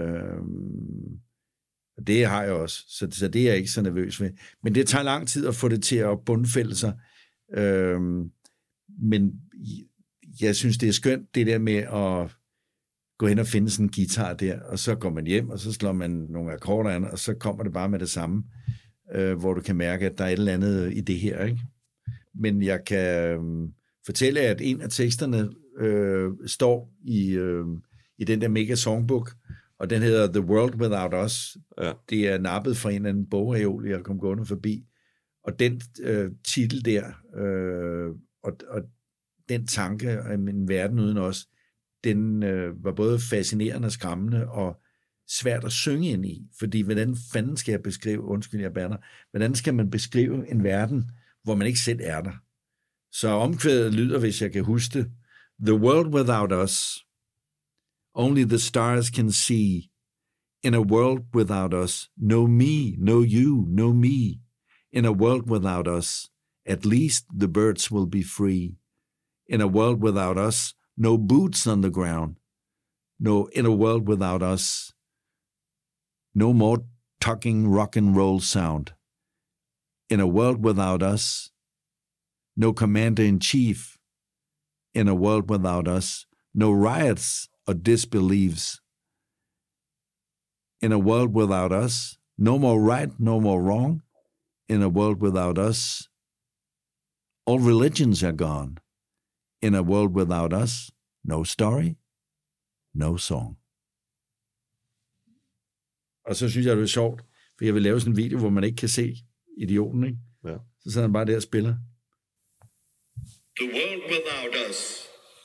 Øhm, det har jeg også, så, så det er jeg ikke så nervøs ved. Men det tager lang tid at få det til at bundfælde sig. Øhm, men jeg synes, det er skønt, det der med at gå hen og finde sådan en guitar der, og så går man hjem, og så slår man nogle akkorder an, og så kommer det bare med det samme, øh, hvor du kan mærke, at der er et eller andet i det her, ikke? Men jeg kan øh, fortælle, at en af teksterne øh, står i, øh, i den der mega songbook, og den hedder The World Without Us. Ja. Det er nappet fra en eller anden bogreol, jeg kom gående forbi. Og den øh, titel der, øh, og, og den tanke af en verden uden os, den øh, var både fascinerende og skræmmende, og svært at synge ind i. Fordi hvordan fanden skal jeg beskrive, undskyld jeg banner, hvordan skal man beskrive en verden, hvor man ikke selv er der? Så omkvædet lyder, hvis jeg kan huske det, The world without us, only the stars can see. In a world without us, no me, no you, no me. In a world without us, at least the birds will be free. In a world without us, no boots on the ground. No, in a world without us, no more talking rock and roll sound. In a world without us, no commander-in-chief. In a world without us, no riots or disbeliefs. In a world without us, no more right, no more wrong. In a world without us, all religions are gone. In a world without us, no story, no song. Og så synes jeg, det er sjovt, for jeg vil lave sådan en video, hvor man ikke kan se idioten, ikke? Ja. Så sidder han bare der og spiller. The world without us.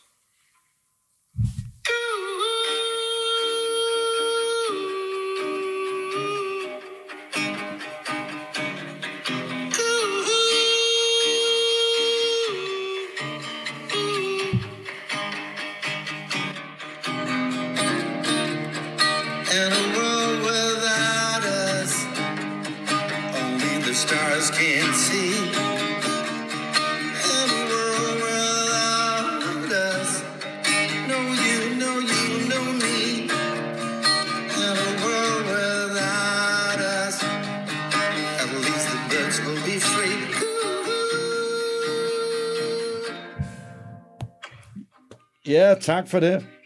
In a world without us, only the stars can see. In a world without us, no you, no you, no me. In a world without us, at least the birds will be free. Ja, tak for det.